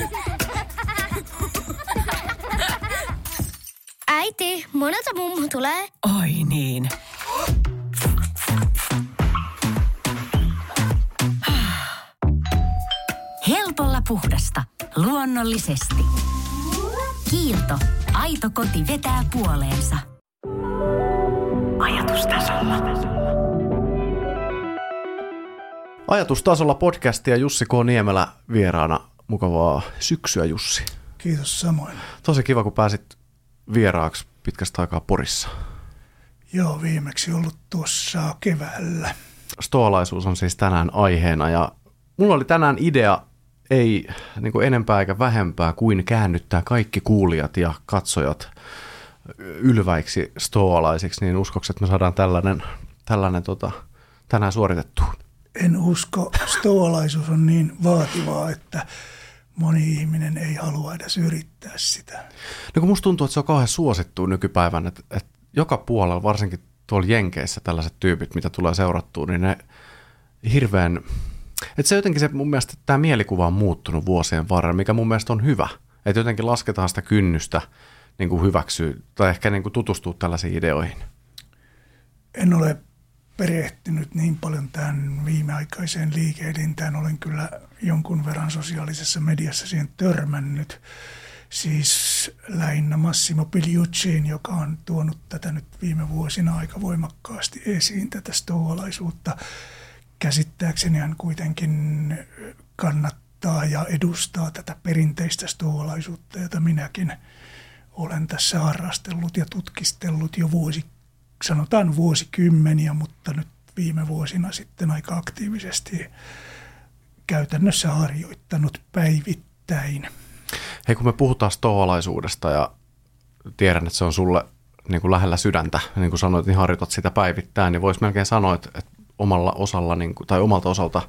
Äiti, monelta mummu tulee? Oi niin. Helpolla puhdasta. Luonnollisesti. Kiilto. Aito koti vetää puoleensa. Ajatustasolla. Ajatustasolla podcastia Jussi K. Niemelä vieraana. Mukavaa syksyä, Jussi. Kiitos samoin. Tosi kiva, kun pääsit vieraaksi pitkästä aikaa Porissa. Joo, viimeksi ollut tuossa keväällä. Stoalaisuus on siis tänään aiheena ja mulla oli tänään idea, ei niin kuin enempää eikä vähempää kuin käännyttää kaikki kuulijat ja katsojat ylväiksi stoalaisiksi, niin uskoks, että me saadaan tällainen tänään suoritettua? En usko. Stoalaisuus on niin vaativaa, että moni ihminen ei halua edes yrittää sitä. No kun musta tuntuu, että se on kauhean suosittua nykypäivänä, että joka puolella, varsinkin tuolla Jenkeissä tällaiset tyypit, mitä tulee seurattua, niin ne hirveän... Että se jotenkin se mun mielestä tämä mielikuva on muuttunut vuosien varrella, mikä mun mielestä on hyvä. Että jotenkin lasketaan sitä kynnystä niin kuin hyväksyä tai ehkä niin kuin tutustua tällaisiin ideoihin. En ole perehtynyt niin paljon tämän viimeaikaiseen liikehdintään. Olen kyllä jonkun verran sosiaalisessa mediassa siihen törmännyt. Siis lähinnä Massimo Pigliucciin, joka on tuonut tätä nyt viime vuosina aika voimakkaasti esiin, tätä stoalaisuutta. Käsittääkseni hän kuitenkin kannattaa ja edustaa tätä perinteistä stoalaisuutta, jota minäkin olen tässä harrastellut ja tutkistellut jo sanotaan vuosikymmeniä, mutta nyt viime vuosina sitten aika aktiivisesti käytännössä harjoittanut päivittäin. Hei, kun me puhutaan stoalaisuudesta ja tiedän, että se on sulle niin kuin lähellä sydäntä, niin kuin sanoit, niin harjoitat sitä päivittäin, niin voisi melkein sanoa, että omalla osalla niin kuin, tai omalta osalta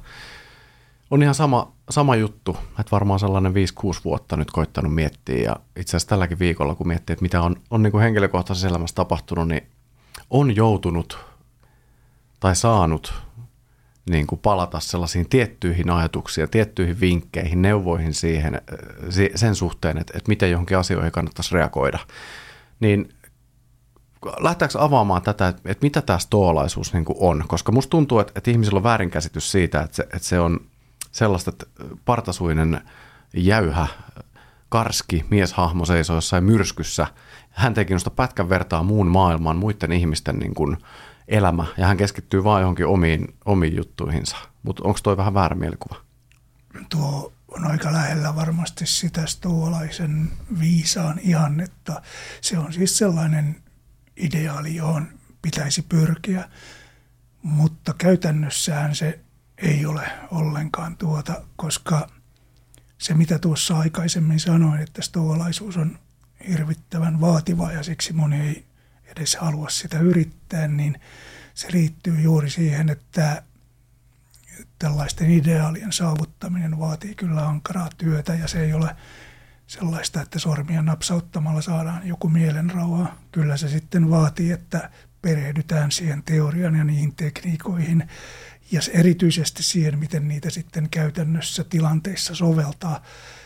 on ihan sama juttu, että varmaan sellainen 5-6 vuotta nyt koittanut miettiä ja itse asiassa tälläkin viikolla, kun miettii, että mitä on niin kuin henkilökohtaisessa elämässä tapahtunut, niin on joutunut tai saanut niin kuin palata sellaisiin tiettyihin ajatuksiin, tiettyihin vinkkeihin, neuvoihin siihen, sen suhteen, että miten johonkin asioihin kannattaisi reagoida. Niin lähdetäänkö avaamaan tätä, että mitä tämä stoalaisuus niin kuin on? Koska musta tuntuu, että ihmisillä on väärinkäsitys siitä, että se on sellaista, että partasuinen, jäyhä, karski mieshahmo seisoo jossain myrskyssä. Hän teki noista pätkän vertaa muun maailman, muiden ihmisten niin kuin elämä, ja hän keskittyy vaan johonkin omiin juttuihinsa. Mutta onko toi vähän väärä mielikuva? Tuo on aika lähellä varmasti sitä stoalaisen viisaan ihannetta. Se on siis sellainen ideaali, johon pitäisi pyrkiä, mutta käytännössähän se ei ole ollenkaan koska se mitä tuossa aikaisemmin sanoin, että stoalaisuus on hirvittävän vaativa ja siksi moni ei edes halua sitä yrittää, niin se liittyy juuri siihen, että tällaisten ideaalien saavuttaminen vaatii kyllä ankaraa työtä ja se ei ole sellaista, että sormia napsauttamalla saadaan joku mielenrauha. Kyllä se sitten vaatii, että perehdytään siihen teoriaan ja niihin tekniikoihin ja erityisesti siihen, miten niitä sitten käytännössä tilanteissa soveltaa.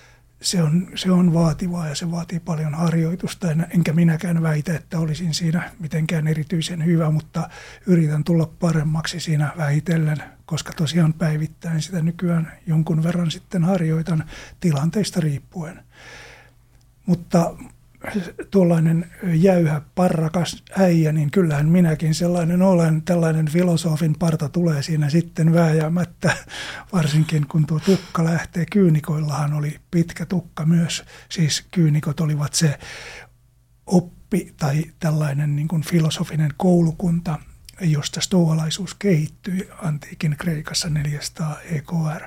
Se on vaativaa ja se vaatii paljon harjoitusta. Enkä minäkään väitä, että olisin siinä mitenkään erityisen hyvä, mutta yritän tulla paremmaksi siinä vähitellen, koska tosiaan päivittäin sitä nykyään jonkun verran sitten harjoitan tilanteista riippuen. Mutta tuollainen jäyhä, parrakas äijä, niin kyllähän minäkin sellainen olen. Tällainen filosofin parta tulee siinä sitten vääjäämättä, varsinkin kun tuo tukka lähtee. Kyynikoillahan oli pitkä tukka myös, siis kyynikot olivat se oppi tai tällainen niin kuin filosofinen koulukunta, josta stoalaisuus kehittyi antiikin Kreikassa 400 EKR.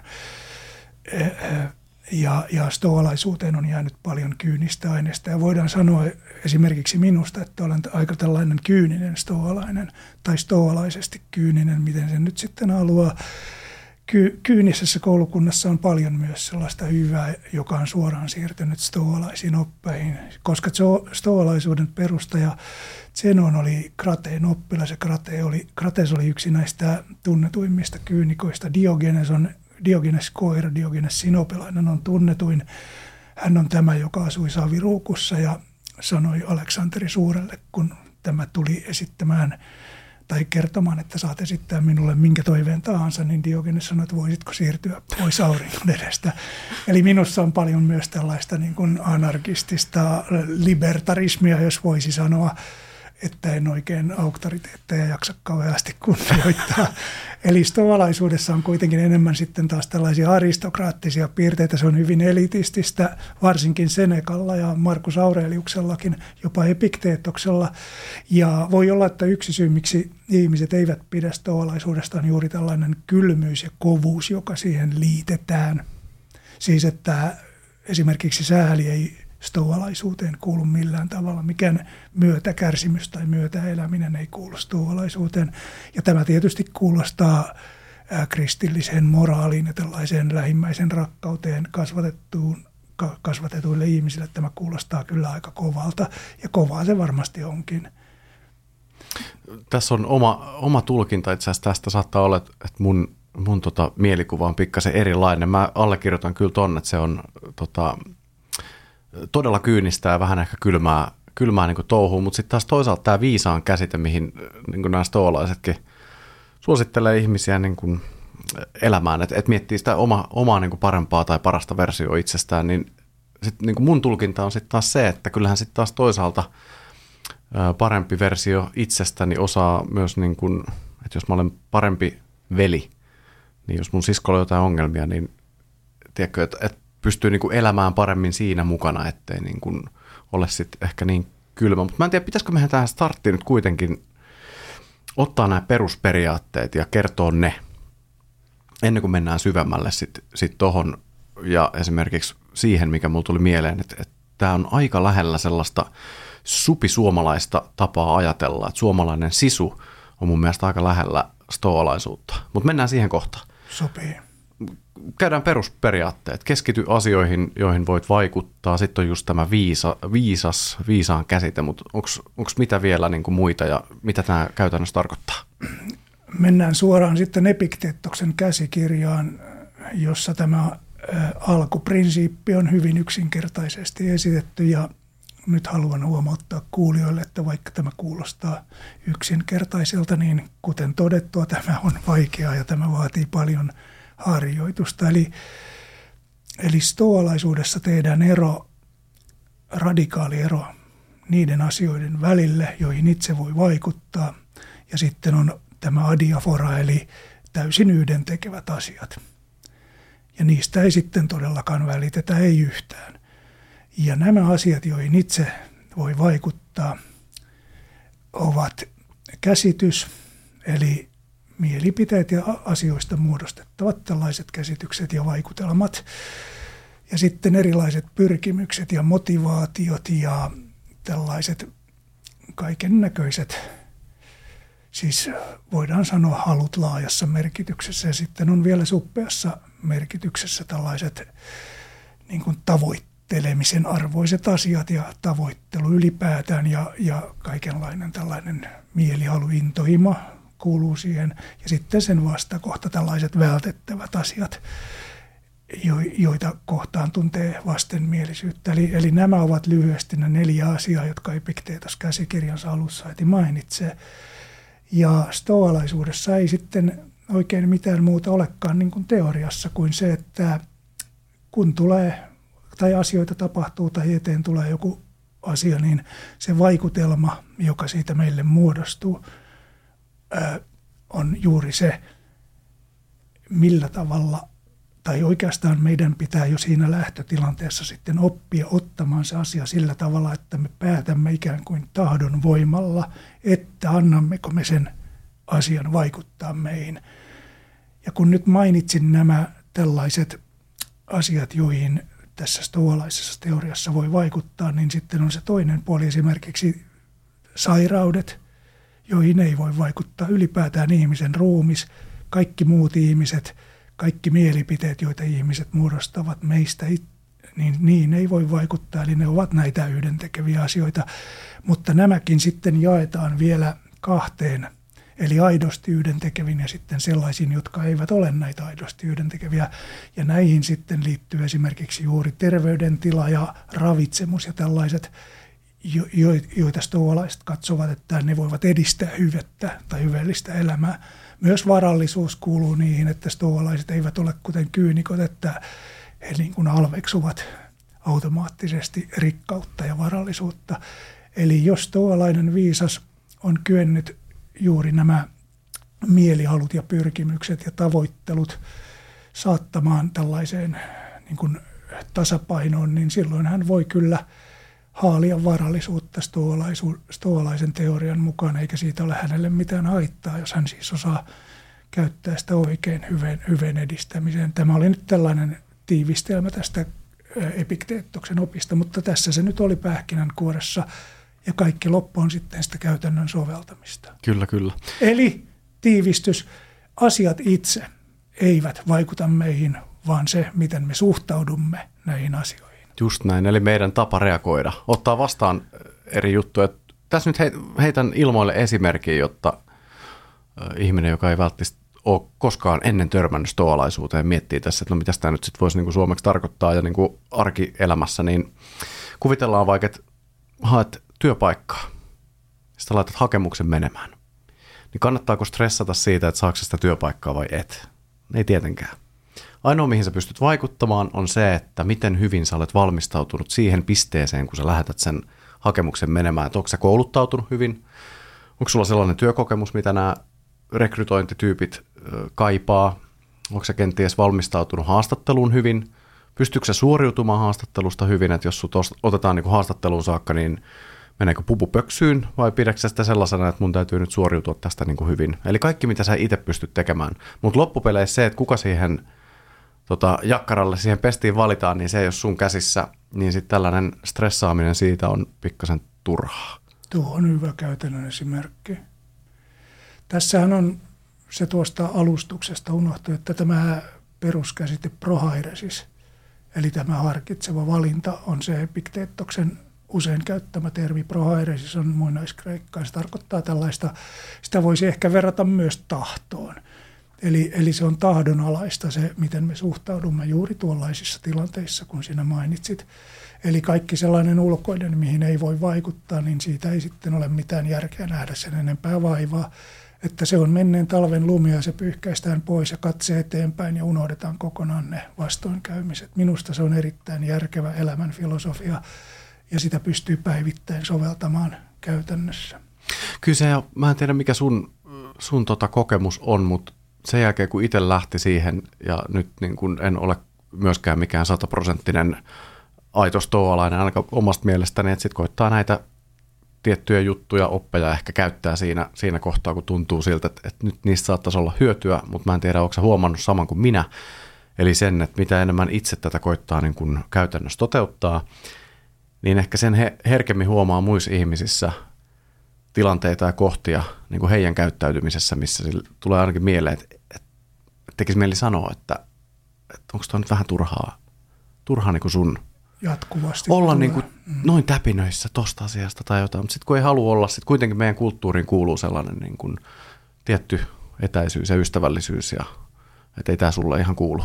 Ja stoalaisuuteen on jäänyt paljon kyynistä aineesta. Ja voidaan sanoa esimerkiksi minusta, että olen aika tällainen kyyninen stoalainen tai stoalaisesti kyyninen, miten sen nyt sitten haluaa. Kyynisessä koulukunnassa on paljon myös sellaista hyvää, joka on suoraan siirtynyt stoalaisiin oppeihin, koska stoalaisuuden perustaja Zenon oli Krateen oppilas ja Krates oli yksi näistä tunnetuimmista kyynikoista. Diogenes koira, Diogenes sinopelainen on tunnetuin hän on tämä, joka asui Saviruukussa ja sanoi Aleksanteri Suurelle, kun tämä tuli esittämään tai kertomaan, että saat esittää minulle minkä toiveen tahansa, niin Diogenes sanoi, että voisitko siirtyä pois auringon edestä. Eli minussa on paljon myös tällaista niin kuin anarkistista libertarismia, jos voisi sanoa, että en oikein auktoriteetteja jaksa kauheasti kunnioittaa. Eli stoalaisuudessa on kuitenkin enemmän sitten taas tällaisia aristokraattisia piirteitä. Se on hyvin elitististä, varsinkin Senecalla ja Marcus Aureliuksellakin, jopa Epikteetoksella. Ja voi olla, että yksi syy, miksi ihmiset eivät pidä stoalaisuudesta, on juuri tällainen kylmyys ja kovuus, joka siihen liitetään. Siis, että esimerkiksi sääli ei stoalaisuuteen kuulu millään tavalla. Mikään myötäkärsimys tai myötäeläminen ei kuulu stoalaisuuteen. Ja tämä tietysti kuulostaa kristilliseen moraaliin ja tällaiseen lähimmäisen rakkauteen kasvatetuille ihmisille. Tämä kuulostaa kyllä aika kovalta ja kovaa se varmasti onkin. Tässä on oma tulkinta itse asiassa tästä. Saattaa olla, että mun mielikuva on pikkasen erilainen. Mä allekirjoitan kyllä ton, että se on todella kyynistää vähän ehkä kylmää niin kuin touhuun, mutta sitten taas toisaalta tämä viisaan käsite, mihin niin kuin nämä stoalaisetkin suosittelee ihmisiä niin kuin elämään, että miettii sitä omaa niin kuin parempaa tai parasta versioa itsestään, niin, sit, niin kuin mun tulkinta on sitten taas se, että kyllähän sitten taas toisaalta parempi versio itsestäni osaa myös, niin kuin, että jos mä olen parempi veli, niin jos mun siskolla on jotain ongelmia, niin tiedätkö, että pystyy niin kuin elämään paremmin siinä mukana, ettei niin kuin ole sitten ehkä niin kylmä. Mutta mä en tiedä, pitäisikö meidän tähän starttiin nyt kuitenkin ottaa nämä perusperiaatteet ja kertoa ne, ennen kuin mennään syvemmälle sit tohon ja esimerkiksi siihen, mikä mulla tuli mieleen, että tämä on aika lähellä sellaista supisuomalaista tapaa ajatella, että suomalainen sisu on mun mielestä aika lähellä stoalaisuutta. Mutta mennään siihen kohtaan. Sopii. Käydään perusperiaatteet. Keskity asioihin, joihin voit vaikuttaa. Sitten on just tämä viisaan käsite, mutta onko mitä vielä niin kuin muita ja mitä tämä käytännössä tarkoittaa? Mennään suoraan sitten Epikteettoksen käsikirjaan, jossa tämä alkuprinsiippi on hyvin yksinkertaisesti esitetty ja nyt haluan huomauttaa kuulijoille, että vaikka tämä kuulostaa yksinkertaiselta, niin kuten todettua, tämä on vaikeaa ja tämä vaatii paljon harjoitusta. Eli stoalaisuudessa tehdään radikaali ero niiden asioiden välille, joihin itse voi vaikuttaa. Ja sitten on tämä adiafora, eli täysin yhdentekevät asiat. Ja niistä ei sitten todellakaan välitetä, ei yhtään. Ja nämä asiat, joihin itse voi vaikuttaa, ovat käsitys, eli mielipiteet ja asioista muodostettavat tällaiset käsitykset ja vaikutelmat. Ja sitten erilaiset pyrkimykset ja motivaatiot ja tällaiset kaiken näköiset, siis voidaan sanoa halut laajassa merkityksessä. Ja sitten on vielä suppeassa merkityksessä tällaiset niin kuin tavoittelemisen arvoiset asiat ja tavoittelu ylipäätään ja kaikenlainen tällainen mielihalu, intohimo kuuluu siihen. Ja sitten sen vastakohta tällaiset vältettävät asiat, joita kohtaan tuntee vastenmielisyyttä. Eli nämä ovat lyhyesti ne 4 asiaa, jotka Epikteetos käsikirjansa alussa heti mainitsee. Ja stoalaisuudessa ei sitten oikein mitään muuta olekaan niin kuin teoriassa kuin se, että kun tulee tai asioita tapahtuu tai eteen tulee joku asia, niin se vaikutelma, joka siitä meille muodostuu, on juuri se, millä tavalla, tai oikeastaan meidän pitää jo siinä lähtötilanteessa sitten oppia ottamaan se asia sillä tavalla, että me päätämme ikään kuin tahdon voimalla, että annammeko me sen asian vaikuttaa meihin. Ja kun nyt mainitsin nämä tällaiset asiat, joihin tässä stoalaisessa teoriassa voi vaikuttaa, niin sitten on se toinen puoli, esimerkiksi sairaudet, joihin ei voi vaikuttaa ylipäätään ihmisen ruumis, kaikki muut ihmiset, kaikki mielipiteet, joita ihmiset muodostavat meistä, niin ei voi vaikuttaa, eli ne ovat näitä yhdentekeviä asioita. Mutta nämäkin sitten jaetaan vielä 2 eli aidosti yhdentekeviin ja sitten sellaisiin, jotka eivät ole näitä aidosti yhdentekeviä. Ja näihin sitten liittyy esimerkiksi juuri terveydentila ja ravitsemus ja tällaiset, joita stoalaiset katsovat, että ne voivat edistää hyvettä tai hyveellistä elämää. Myös varallisuus kuuluu niihin, että stoalaiset eivät ole kuten kyynikot, että he niin kuin halveksuvat automaattisesti rikkautta ja varallisuutta. Eli jos stoalainen viisas on kyennyt juuri nämä mielihalut ja pyrkimykset ja tavoittelut saattamaan tällaiseen niin kuin tasapainoon, niin silloin hän voi kyllä haalia varallisuutta stoalaisen teorian mukaan, eikä siitä ole hänelle mitään haittaa, jos hän siis osaa käyttää sitä oikein hyvän edistämiseen. Tämä oli nyt tällainen tiivistelmä tästä Epikteettoksen opista, mutta tässä se nyt oli pähkinänkuoressa ja kaikki loppu on sitten sitä käytännön soveltamista. Kyllä, kyllä. Eli tiivistys, asiat itse eivät vaikuta meihin, vaan se, miten me suhtaudumme näihin asioihin. Just näin, eli meidän tapa reagoida, ottaa vastaan eri juttuja. Tässä nyt heitän ilmoille esimerkin, jotta ihminen, joka ei välttämättä ole koskaan ennen törmännyt stoalaisuuteen, miettii tässä, että no mitäs tämä nyt sitten voisi niinku suomeksi tarkoittaa ja niinku arkielämässä, niin kuvitellaan vaikka, että haet työpaikkaa, sitten laitat hakemuksen menemään. Niin kannattaako stressata siitä, että saako sitä työpaikkaa vai et? Ei tietenkään. Ainoa, mihin sä pystyt vaikuttamaan, on se, että miten hyvin sä olet valmistautunut siihen pisteeseen, kun sä lähetät sen hakemuksen menemään. Että onko sä kouluttautunut hyvin? Onko sulla sellainen työkokemus, mitä nämä rekrytointityypit kaipaa? Onko sä kenties valmistautunut haastatteluun hyvin? Pystyykö sä suoriutumaan haastattelusta hyvin? Että jos sut otetaan niin kuin haastatteluun saakka, niin meneekö pupu pöksyyn vai pidätkö sä sitä sellaisena, että mun täytyy nyt suoriutua tästä niin kuin hyvin? Eli kaikki, mitä sä itse pystyt tekemään. Mutta loppupeleissä se, että kuka siihen jakkaralle siihen pestiin valitaan, niin se ei ole sun käsissä, niin sitten tällainen stressaaminen siitä on pikkasen turhaa. Tuo on hyvä käytännön esimerkki. Tässähän on se tuosta alustuksesta unohtui, että tämä peruskäsite prohairesis, eli tämä harkitseva valinta on se Epikteettoksen usein käyttämä termi. Prohairesis on muinaiskreikkaa. Se tarkoittaa tällaista, sitä voisi ehkä verrata myös tahtoon. Eli se on tahdonalaista se, miten me suhtaudumme juuri tuollaisissa tilanteissa, kun sinä mainitsit. Eli kaikki sellainen ulkoinen, mihin ei voi vaikuttaa, niin siitä ei sitten ole mitään järkeä nähdä sen enempää vaivaa. Että se on menneen talven lumia ja se pyyhkäistään pois ja katse eteenpäin ja unohdetaan kokonaan ne vastoinkäymiset. Minusta se on erittäin järkevä elämän filosofia ja sitä pystyy päivittäin soveltamaan käytännössä. Kyllä se, mä en tiedä mikä sun kokemus on, mutta sen jälkeen, kun itse lähti siihen, ja nyt niin kun en ole myöskään mikään 100% aito stoalainen, ainakaan omasta mielestäni, että sitten koittaa näitä tiettyjä juttuja, oppeja ehkä käyttää siinä kohtaa, kun tuntuu siltä, että nyt niistä saattaisi olla hyötyä, mutta mä en tiedä, onko sä huomannut saman kuin minä. Eli sen, että mitä enemmän itse tätä koittaa niin kun käytännössä toteuttaa, niin ehkä sen herkemmin huomaa muissa ihmisissä tilanteita ja kohtia niin kuin heidän käyttäytymisessä, missä tulee ainakin mieleen, että tekisi mieli sanoa, että onko tuo nyt vähän turhaa niin kuin sun jatkuvasti olla niin kuin noin täpinöissä tosta asiasta tai jotain, mutta sitten kun ei halua olla, sitten kuitenkin meidän kulttuuriin kuuluu sellainen niin kuin tietty etäisyys ja ystävällisyys, ja että ei tämä sulle ihan kuulu.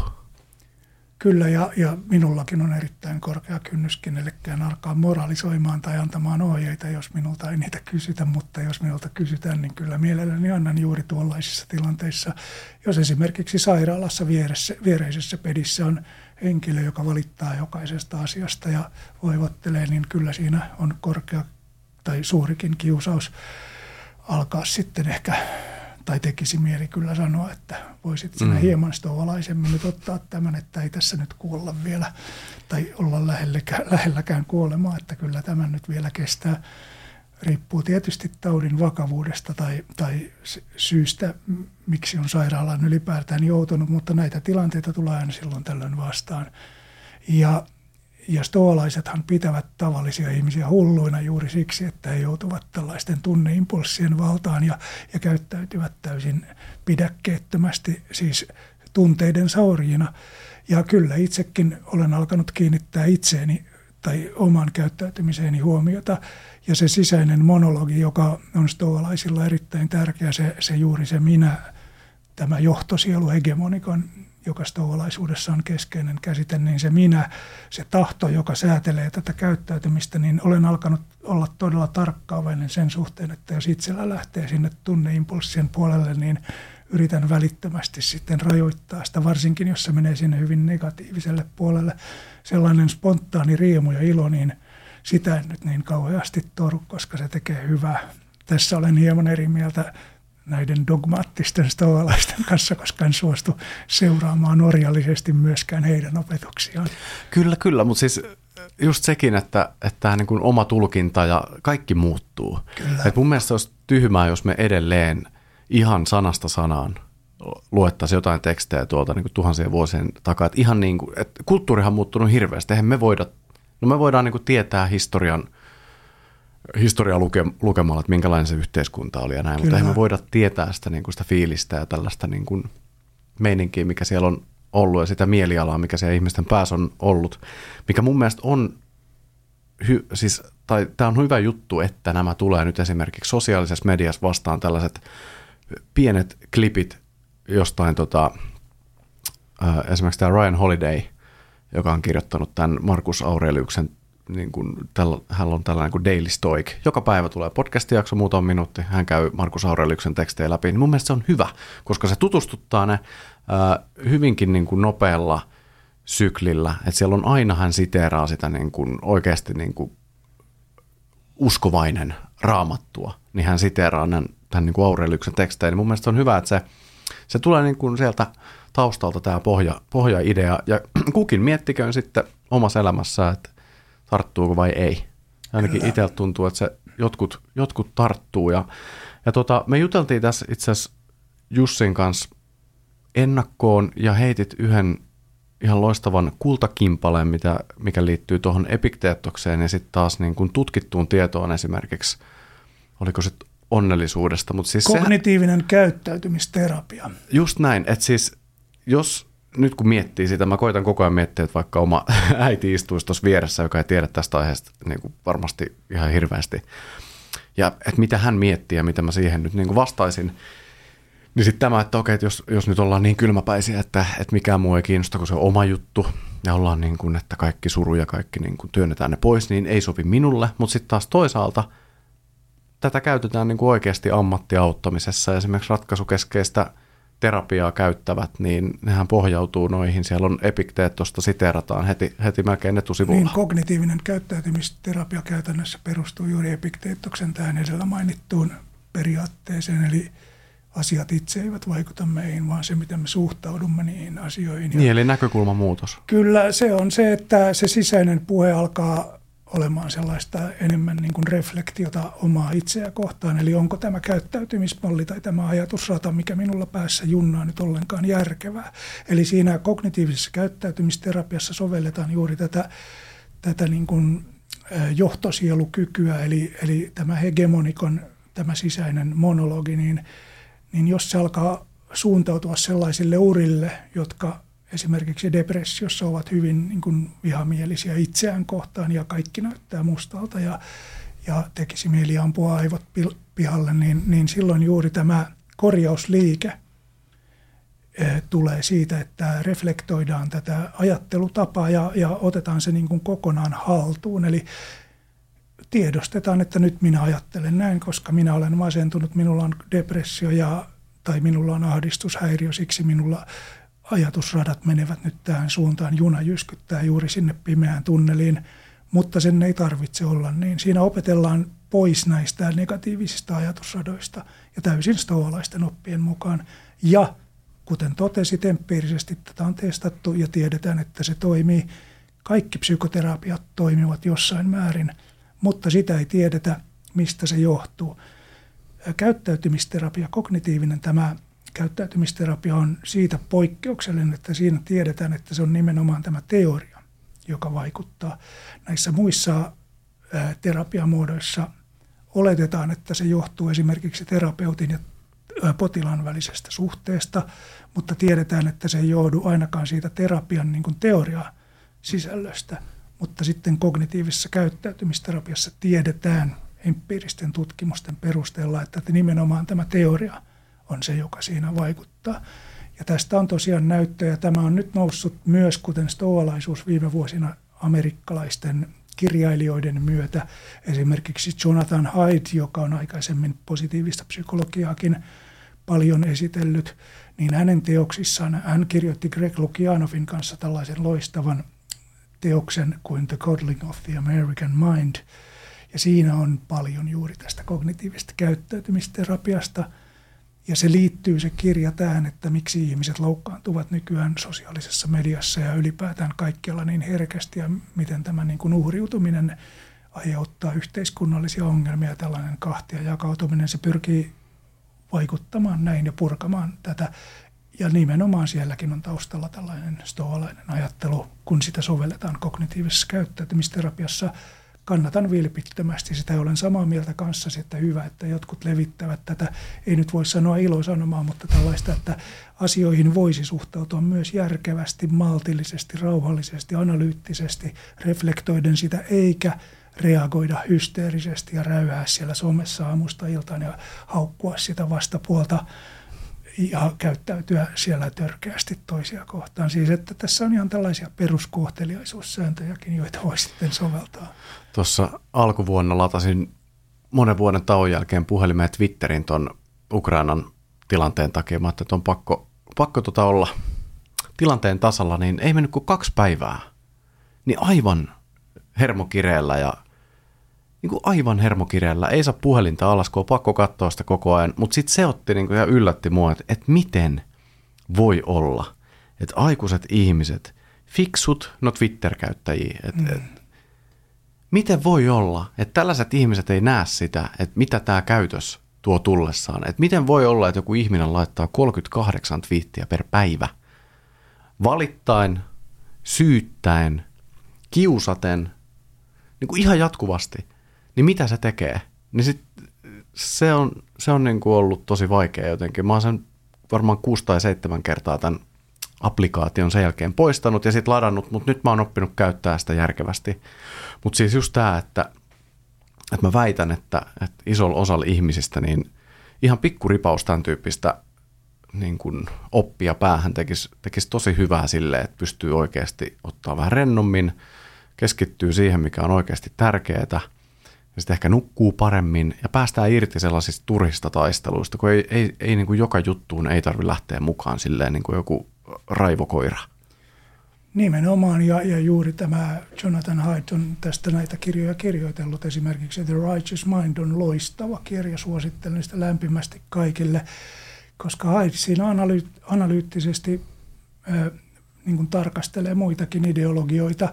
Kyllä, ja minullakin on erittäin korkea kynnys kenellekään alkaa moralisoimaan tai antamaan ohjeita, jos minulta ei niitä kysytä, mutta jos minulta kysytään, niin kyllä mielelläni annan juuri tuollaisissa tilanteissa. Jos esimerkiksi sairaalassa viereisessä pedissä on henkilö, joka valittaa jokaisesta asiasta ja voivottelee, niin kyllä siinä on korkea tai suurikin kiusaus alkaa sitten ehkä, tai tekisi mieli kyllä sanoa, että voisit sinä hieman stoalaisemmin nyt ottaa tämän, että ei tässä nyt kuolla vielä tai olla lähelläkään kuolemaa, että kyllä tämän nyt vielä kestää. Riippuu tietysti taudin vakavuudesta tai syystä, miksi on sairaalaan ylipäätään joutunut, mutta näitä tilanteita tulee aina silloin tällöin vastaan. Ja stoalaisethan pitävät tavallisia ihmisiä hulluina juuri siksi, että he joutuvat tällaisten tunneimpulssien valtaan ja käyttäytyvät täysin pidäkkeettömästi, siis tunteiden sauriina. Ja kyllä itsekin olen alkanut kiinnittää itseeni tai oman käyttäytymiseeni huomiota. Ja se sisäinen monologi, joka on stoalaisilla erittäin tärkeä, se juuri se minä, tämä johtosielu hegemonikon, joka stoalaisuudessa on keskeinen käsite, niin se minä, se tahto, joka säätelee tätä käyttäytymistä, niin olen alkanut olla todella tarkkaavainen sen suhteen, että jos itsellä lähtee sinne tunneimpulssien puolelle, niin yritän välittömästi sitten rajoittaa sitä, varsinkin jos se menee sinne hyvin negatiiviselle puolelle. Sellainen spontaani riemu ja ilo, niin sitä en nyt niin kauheasti toru, koska se tekee hyvää. Tässä olen hieman eri mieltä näiden dogmaattisten stoalaisten kanssa, koska en suostu seuraamaan orjallisesti myöskään heidän opetuksiaan. Kyllä, mutta siis just sekin, että tämä niin kuin oma tulkinta ja kaikki muuttuu. Et mun mielestä se olisi tyhmää, jos me edelleen ihan sanasta sanaan luettaisiin jotain tekstejä tuolta niin kuin tuhansien vuosien takaa. Että ihan niin kuin, että kulttuurihan on muuttunut hirveästi. Eihän me voidaan niin kuin tietää historiaa lukemalla, että minkälainen se yhteiskunta oli ja näin, mutta eihän me voida tietää sitä, niin kuin sitä fiilistä ja tällaista niin kuin meininkiä, mikä siellä on ollut ja sitä mielialaa, mikä siellä ihmisten päässä on ollut, mikä mun mielestä on, tämä on hyvä juttu, että nämä tulee nyt esimerkiksi sosiaalisessa mediassa vastaan tällaiset pienet klipit jostain, esimerkiksi tämä Ryan Holiday, joka on kirjoittanut tämän Marcus Aureliuksen, niin kuin, hän on tällainen kuin Daily Stoic. Joka päivä tulee podcast-jakso, muutama minuutti, hän käy Marcus Aureliuksen tekstejä läpi. Niin mun mielestä se on hyvä, koska se tutustuttaa ne hyvinkin niin kuin nopealla syklillä, että siellä on aina hän siteeraa sitä niin kuin oikeasti niin kuin uskovainen raamattua, niin hän siteeraa tämän niin kuin Aureliuksen tekstejä. Niin mun mielestä on hyvä, että se tulee niin kuin sieltä taustalta tämä pohjaidea, ja kukin miettiköön sitten omassa elämässään, että tarttuuko vai ei. Ainakin itsellä tuntuu, että se jotkut tarttuu. Ja me juteltiin tässä itse asiassa Jussin kanssa ennakkoon ja heitit yhden ihan loistavan kultakimpaleen, mikä liittyy tuohon epikteettokseen ja sitten taas niin kuin tutkittuun tietoon esimerkiksi, oliko se onnellisuudesta. Mutta siis kognitiivinen käyttäytymisterapia. Just näin, että siis jos nyt kun miettii sitä, mä koitan koko ajan miettiä, että vaikka oma äiti istuisi tuossa vieressä, joka ei tiedä tästä aiheesta niin kuin varmasti ihan hirveästi, ja että mitä hän miettii ja mitä mä siihen nyt niin kuin vastaisin, niin sitten tämä, että okei, että jos nyt ollaan niin kylmäpäisiä, että mikään muu ei kiinnosta, kun se on oma juttu, ja ollaan niin kuin, että kaikki suru ja kaikki niin kuin työnnetään ne pois, niin ei sopi minulle, mutta sitten taas toisaalta tätä käytetään niin kuin oikeasti ammattiauttamisessa, ja esimerkiksi ratkaisukeskeistä terapiaa käyttävät, niin nehän pohjautuu noihin. Siellä on Epikteettosta, siteerataan heti melkein etusivulla. Niin, kognitiivinen käyttäytymisterapia käytännössä perustuu juuri Epikteettoksen tähän edellä mainittuun periaatteeseen, eli asiat itse eivät vaikuta meihin, vaan se, miten me suhtaudumme niihin asioihin. Niin, eli näkökulman muutos. Kyllä, se on se, että se sisäinen puhe alkaa olemaan sellaista enemmän niin kuin reflektiota omaa itseä kohtaan. Eli onko tämä käyttäytymismalli tai tämä ajatusrata, mikä minulla päässä junnaa, nyt ollenkaan järkevää. Eli siinä kognitiivisessa käyttäytymisterapiassa sovelletaan juuri tätä niin kuin johtosielukykyä, eli tämä hegemonikon, tämä sisäinen monologi, niin jos se alkaa suuntautua sellaisille urille, jotka esimerkiksi depressiossa ovat hyvin niin kuin vihamielisiä itseään kohtaan ja kaikki näyttää mustalta ja tekisi mieli ampua aivot pihalle, niin silloin juuri tämä korjausliike tulee siitä, että reflektoidaan tätä ajattelutapaa ja otetaan se niin kuin kokonaan haltuun. Eli tiedostetaan, että nyt minä ajattelen näin, koska minä olen masentunut, minulla on depressio tai minulla on ahdistushäiriö, siksi minulla ajatusradat menevät nyt tähän suuntaan, juna jyskyttää juuri sinne pimeään tunneliin, mutta sen ei tarvitse olla niin. Siinä opetellaan pois näistä negatiivisista ajatusradoista ja täysin stoalaisten oppien mukaan. Ja kuten totesit, empiirisesti tätä on testattu ja tiedetään, että se toimii. Kaikki psykoterapiat toimivat jossain määrin, mutta sitä ei tiedetä, mistä se johtuu. Käyttäytymisterapia, kognitiivinen tämä käyttäytymisterapia on siitä poikkeuksellinen, että siinä tiedetään, että se on nimenomaan tämä teoria, joka vaikuttaa. Näissä muissa terapiamuodoissa oletetaan, että se johtuu esimerkiksi terapeutin ja potilaan välisestä suhteesta, mutta tiedetään, että se ei johdu ainakaan siitä terapian niin kuin teoriasisällöstä, Mutta sitten kognitiivisessa käyttäytymisterapiassa tiedetään empiiristen tutkimusten perusteella, että nimenomaan tämä teoria on se, joka siinä vaikuttaa. Ja tästä on tosiaan näyttöjä. Tämä on nyt noussut myös, kuten stoalaisuus viime vuosina amerikkalaisten kirjailijoiden myötä. Esimerkiksi Jonathan Haidt, joka on aikaisemmin positiivista psykologiaakin paljon esitellyt, niin hänen teoksissaan hän kirjoitti Greg Lukianovin kanssa tällaisen loistavan teoksen kuin The Coddling of the American Mind. Ja siinä on paljon juuri tästä kognitiivisesta käyttäytymisterapiasta. Ja se liittyy se kirja tähän, että miksi ihmiset loukkaantuvat nykyään sosiaalisessa mediassa ja ylipäätään kaikkialla niin herkästi ja miten tämä niin kuin uhriutuminen aiheuttaa yhteiskunnallisia ongelmia ja tällainen kahtia jakautuminen. Se pyrkii vaikuttamaan näin ja purkamaan tätä. Ja nimenomaan sielläkin on taustalla tällainen stoalainen ajattelu, kun sitä sovelletaan kognitiivisessa käyttäytymisterapiassa. Kannatan vilpittömästi sitä ja olen samaa mieltä kanssasi, että hyvä, että jotkut levittävät tätä, ei nyt voi sanoa ilosanomaa, mutta tällaista, että asioihin voisi suhtautua myös järkevästi, maltillisesti, rauhallisesti, analyyttisesti, reflektoiden sitä, eikä reagoida hysteerisesti ja räyhää siellä somessa aamusta iltaan ja haukkua sitä vastapuolta ja käyttäytyä siellä törkeästi toisia kohtaan. Siis että tässä on ihan tällaisia peruskohteliaisuussääntöjäkin, joita voi sitten soveltaa. Tuossa alkuvuonna latasin monen vuoden tauon jälkeen puhelimeen Twitterin ton Ukrainan tilanteen takia. Mä ajattelin, että on pakko olla tilanteen tasalla, niin ei mennyt kuin 2 päivää. Niin aivan hermokireellä ja niin kuin aivan hermokireellä. Ei saa puhelinta alas, kun on pakko katsoa sitä koko ajan. Mutta sitten se otti niin kuin ja yllätti mua, että miten voi olla, että aikuiset ihmiset, fiksut, no Twitter-käyttäjiä, miten voi olla, että tällaiset ihmiset ei näe sitä, että mitä tämä käytös tuo tullessaan. Että miten voi olla, että joku ihminen laittaa 38 twiittiä per päivä, valittain, syyttäen, kiusaten, niin kuin ihan jatkuvasti. Niin mitä se tekee? Niin sit se on niin kuin ollut tosi vaikea jotenkin. Mä oon sen varmaan 6 tai 7 kertaa tämän applikaation sen jälkeen poistanut ja sitten ladannut, mutta nyt mä oon oppinut käyttää sitä järkevästi. Mutta siis just tämä, että mä väitän, että isolla osalla ihmisistä niin ihan pikkuripaus tämän tyyppistä niin kuin oppia päähän tekisi tosi hyvää silleen, että pystyy oikeasti ottaa vähän rennommin, keskittyy siihen, mikä on oikeasti tärkeää, ja sitten ehkä nukkuu paremmin ja päästään irti sellaisista turhista taisteluista, kun ei niin kuin joka juttuun ei tarvitse lähteä mukaan silleen niin kuin joku raivokoira. Nimenomaan, ja juuri tämä Jonathan Haidt on tästä näitä kirjoja kirjoitellut. Esimerkiksi The Righteous Mind on loistava kirja, suosittelen sitä lämpimästi kaikille, koska Haidt siinä analyyttisesti niin kuin tarkastelee muitakin ideologioita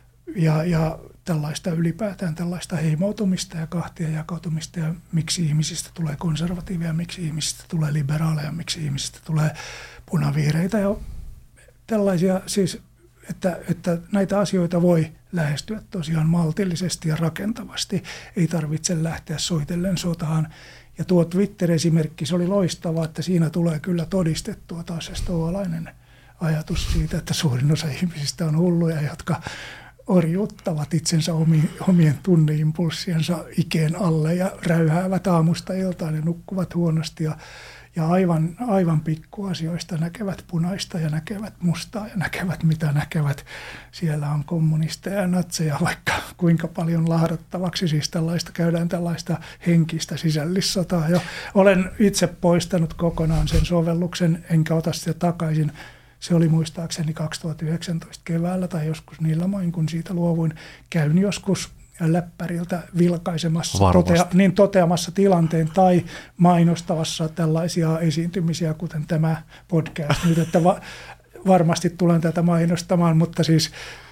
ja tällaista ylipäätään tällaista heimoutumista ja kahtia jakautumista ja miksi ihmisistä tulee konservatiiveja, miksi ihmisistä tulee liberaaleja, miksi ihmisistä tulee punavihreitä ja tällaisia siis, että näitä asioita voi lähestyä tosiaan maltillisesti ja rakentavasti. Ei tarvitse lähteä soitellen sotaan. Ja tuo Twitter-esimerkki, se oli loistava, että siinä tulee kyllä todistettua taas se stoalainen ajatus siitä, että suurin osa ihmisistä on hulluja, jotka orjuuttavat itsensä omien tunneimpulssiensa ikeen alle ja räyhäävät aamusta iltaan ja nukkuvat huonosti ja aivan pikkuasioista näkevät punaista ja näkevät mustaa ja näkevät mitä näkevät. Siellä on kommunisteja ja natseja vaikka kuinka paljon lahdattavaksi. Siis käydään tällaista henkistä sisällissotaa. Ja olen itse poistanut kokonaan sen sovelluksen, enkä ota sitä takaisin. Se oli muistaakseni 2019 keväällä tai joskus niillä main, kun siitä luovuin. Käyn joskus läppäriltä vilkaisemassa, toteamassa tilanteen tai mainostavassa tällaisia esiintymisiä, kuten tämä podcast nyt, että varmasti tulen tätä mainostamaan, mutta siis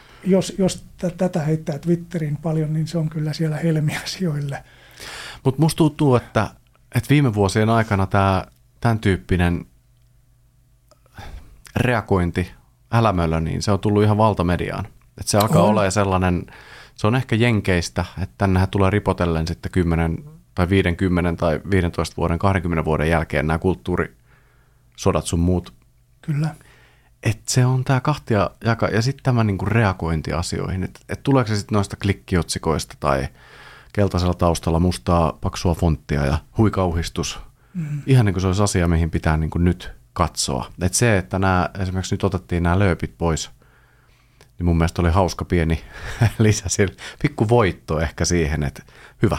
jos tätä heittää Twitteriin paljon, niin se on kyllä siellä helmiasioille. Mutta musta tuntuu, että viime vuosien aikana tämän tyyppinen reagointi, älämölö, niin se on tullut ihan valtamediaan. Että se alkaa olla sellainen, se on ehkä jenkeistä, että tännehän tulee ripotellen sitten 10 tai 50 tai 15 vuoden, 20 vuoden jälkeen nämä kulttuurisodat sun muut. Kyllä. että se on tämä kahtia jaka ja sitten tämä niinku reagointi asioihin, että tuleeko se sitten noista klikkiotsikoista tai keltaisella taustalla mustaa paksua fonttia ja huikauhistus. Ihan niin kuin se olisi asia, mihin pitää niin kuin nyt katsoa. Että se, että esimerkiksi nyt otettiin nämä lööpit pois, niin mun mielestä oli hauska pieni pikku voitto ehkä siihen, että hyvä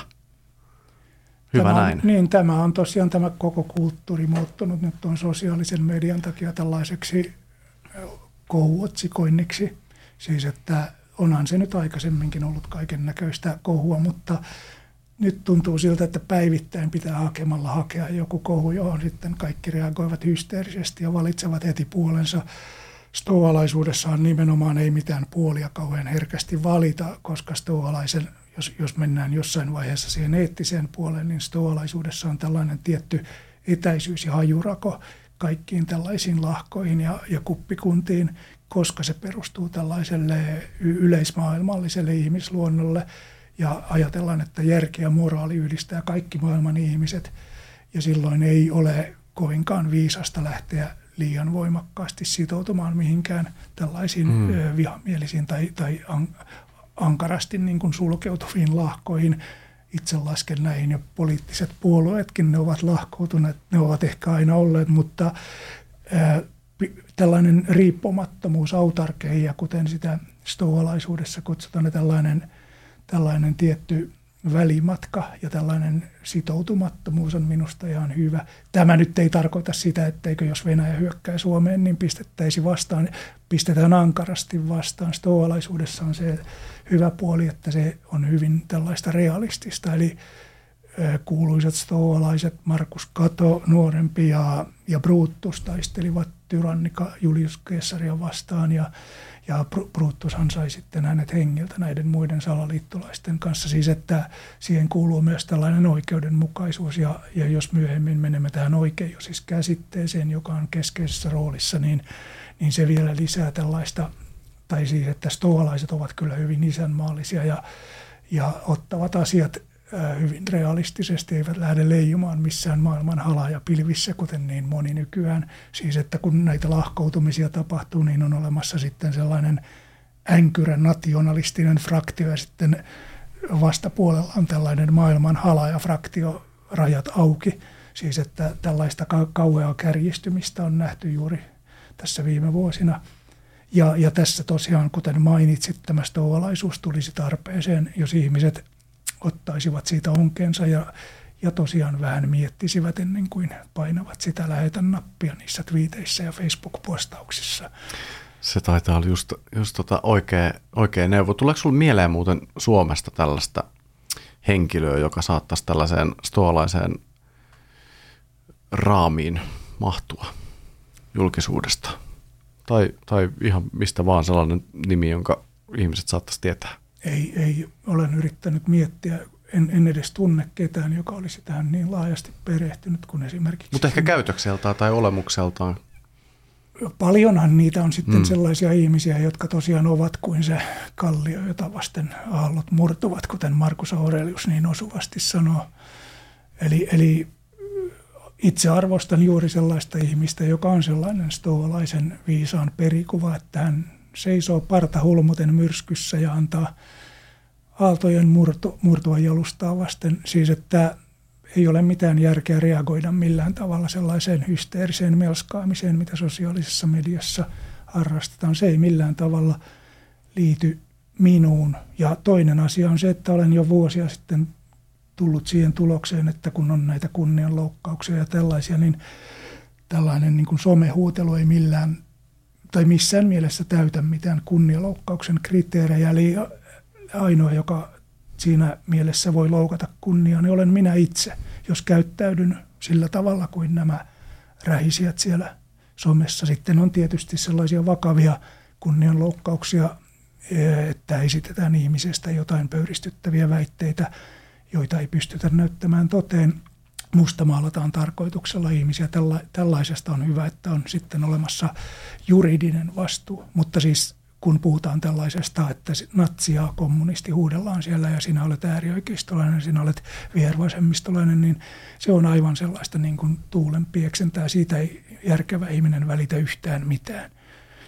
näin. Niin, tämä on tosiaan tämä koko kulttuuri muuttunut nyt tuon sosiaalisen median takia tällaiseksi kohuotsikoinniksi. Siis, että onhan se nyt aikaisemminkin ollut kaiken näköistä kohua, mutta nyt tuntuu siltä, että päivittäin pitää hakemalla hakea joku kohu, johon sitten kaikki reagoivat hysteerisesti ja valitsevat heti puolensa. Stoalaisuudessaan nimenomaan ei mitään puolia kauhean herkästi valita, koska stoalaisen, jos mennään jossain vaiheessa siihen eettiseen puoleen, niin stoalaisuudessa on tällainen tietty etäisyys ja hajurako kaikkiin tällaisiin lahkoihin ja kuppikuntiin, koska se perustuu tällaiselle yleismaailmalliselle ihmisluonnolle ja ajatellaan, että järki ja moraali yhdistää kaikki maailman ihmiset ja silloin ei ole kovinkaan viisasta lähteä liian voimakkaasti sitoutumaan mihinkään tällaisiin vihamielisiin tai ankarasti niin kuin sulkeutuviin lahkoihin. Itse lasken näihin jo poliittiset puolueetkin, ne ovat lahkoutuneet, ne ovat ehkä aina olleet, mutta tällainen riippumattomuus, autarkeia, kuten sitä stoalaisuudessa kutsutaan, tällainen tietty välimatka ja tällainen sitoutumattomuus on minusta ihan hyvä. Tämä nyt ei tarkoita sitä, etteikö jos Venäjä hyökkää Suomeen, niin pistetään ankarasti vastaan. Stoalaisuudessa on se hyvä puoli, että se on hyvin tällaista realistista, eli kuuluisat stoalaiset Markus Cato nuorempi ja Brutus taistelivat tyrannika Julius Caesaria vastaan ja Brutushan sai sitten hänet hengiltä näiden muiden salaliittolaisten kanssa. Siis että siihen kuuluu myös tällainen oikeudenmukaisuus ja jos myöhemmin menemme tähän oikeus käsitteeseen, joka on keskeisessä roolissa, niin se vielä lisää tällaista, tai siis että stoalaiset ovat kyllä hyvin isänmaallisia ja ottavat asiat hyvin realistisesti, eivät lähde leijumaan missään maailman halajapilvissä, kuten niin moni nykyään. Siis, että kun näitä lahkoutumisia tapahtuu, niin on olemassa sitten sellainen änkyrä nationalistinen fraktio ja sitten vastapuolella on tällainen maailman halajafraktio, rajat auki. Siis, että tällaista kauheaa kärjistymistä on nähty juuri tässä viime vuosina. Ja tässä tosiaan, kuten mainitsit, tämä stoalaisuus tulisi tarpeeseen, jos ihmiset ottaisivat siitä onkeensa ja tosiaan vähän miettisivät ennen kuin painavat sitä lähetä nappia niissä twiiteissä ja Facebook-postauksissa. Se taitaa olla just oikea neuvo. Tuleeko sinulle mieleen muuten Suomesta tällaista henkilöä, joka saattaisi tällaiseen stoalaiseen raamiin mahtua julkisuudesta? Tai ihan mistä vaan sellainen nimi, jonka ihmiset saattaisi tietää? Ei olen yrittänyt miettiä. En edes tunne ketään, joka olisi tähän niin laajasti perehtynyt kuin esimerkiksi. Mutta ehkä käytökseltaan tai olemukseltaan. Paljonhan niitä on sitten sellaisia ihmisiä, jotka tosiaan ovat kuin se kallio, jota vasten aallot murtuvat, kuten Marcus Aurelius niin osuvasti sanoo. Eli itse arvostan juuri sellaista ihmistä, joka on sellainen stoalaisen viisaan perikuva, että hän seisoo parta hulmuten myrskyssä ja antaa aaltojen murtua jalustaa vasten. Siis, että ei ole mitään järkeä reagoida millään tavalla sellaiseen hysteeriseen melskaamiseen, mitä sosiaalisessa mediassa harrastetaan. Se ei millään tavalla liity minuun. Ja toinen asia on se, että olen jo vuosia sitten tullut siihen tulokseen, että kun on näitä kunnianloukkauksia ja tällaisia, niin tällainen niin kuin somehuutelu ei millään tai missään mielessä täytä mitään kunnianloukkauksen kriteerejä. Eli ainoa, joka siinä mielessä voi loukata kunniaa, niin olen minä itse, jos käyttäydyn sillä tavalla kuin nämä rähisijät siellä somessa. Sitten on tietysti sellaisia vakavia kunnianloukkauksia, että esitetään ihmisestä jotain pöyristyttäviä väitteitä, joita ei pystytä näyttämään toteen. Mustamaalataan tarkoituksella ihmisiä. Tällaisesta on hyvä, että on sitten olemassa juridinen vastuu. Mutta siis kun puhutaan tällaisesta, että natsi ja kommunisti huudellaan siellä ja sinä olet äärioikeistolainen, sinä olet vihervasemmistolainen, niin se on aivan sellaista niin kuin tuulen pieksentää. Siitä ei järkevä ihminen välitä yhtään mitään.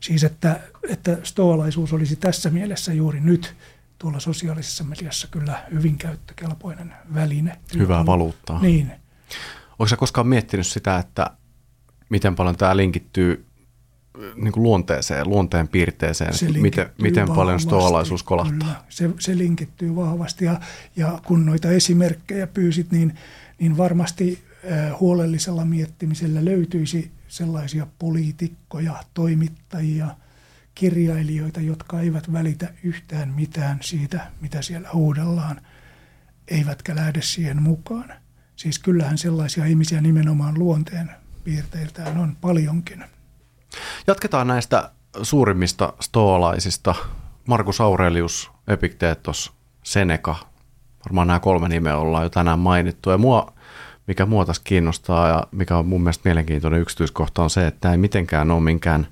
Siis että stoalaisuus olisi tässä mielessä juuri nyt tuolla sosiaalisessa mediassa kyllä hyvin käyttökelpoinen väline. Hyvää valuuttaa. Niin. Oletko sä koskaan miettinyt sitä, että miten paljon tämä linkittyy niin kuin luonteeseen, luonteen piirteeseen, miten paljon stoalaisuus kolahtaa? Kyllä, se linkittyy vahvasti ja kun noita esimerkkejä pyysit, niin varmasti huolellisella miettimisellä löytyisi sellaisia poliitikkoja, toimittajia, kirjailijoita, jotka eivät välitä yhtään mitään siitä, mitä siellä huudellaan, eivätkä lähde siihen mukaan. Siis kyllähän sellaisia ihmisiä nimenomaan luonteen piirteiltään on paljonkin. Jatketaan näistä suurimmista stoalaisista. Marcus Aurelius, Epictetos, Seneca. Varmaan nämä 3 nimeä ollaan jo tänään mainittu. Ja mikä mua tässä kiinnostaa ja mikä on mun mielestä mielenkiintoinen yksityiskohta on se, että tämä ei mitenkään ole minkään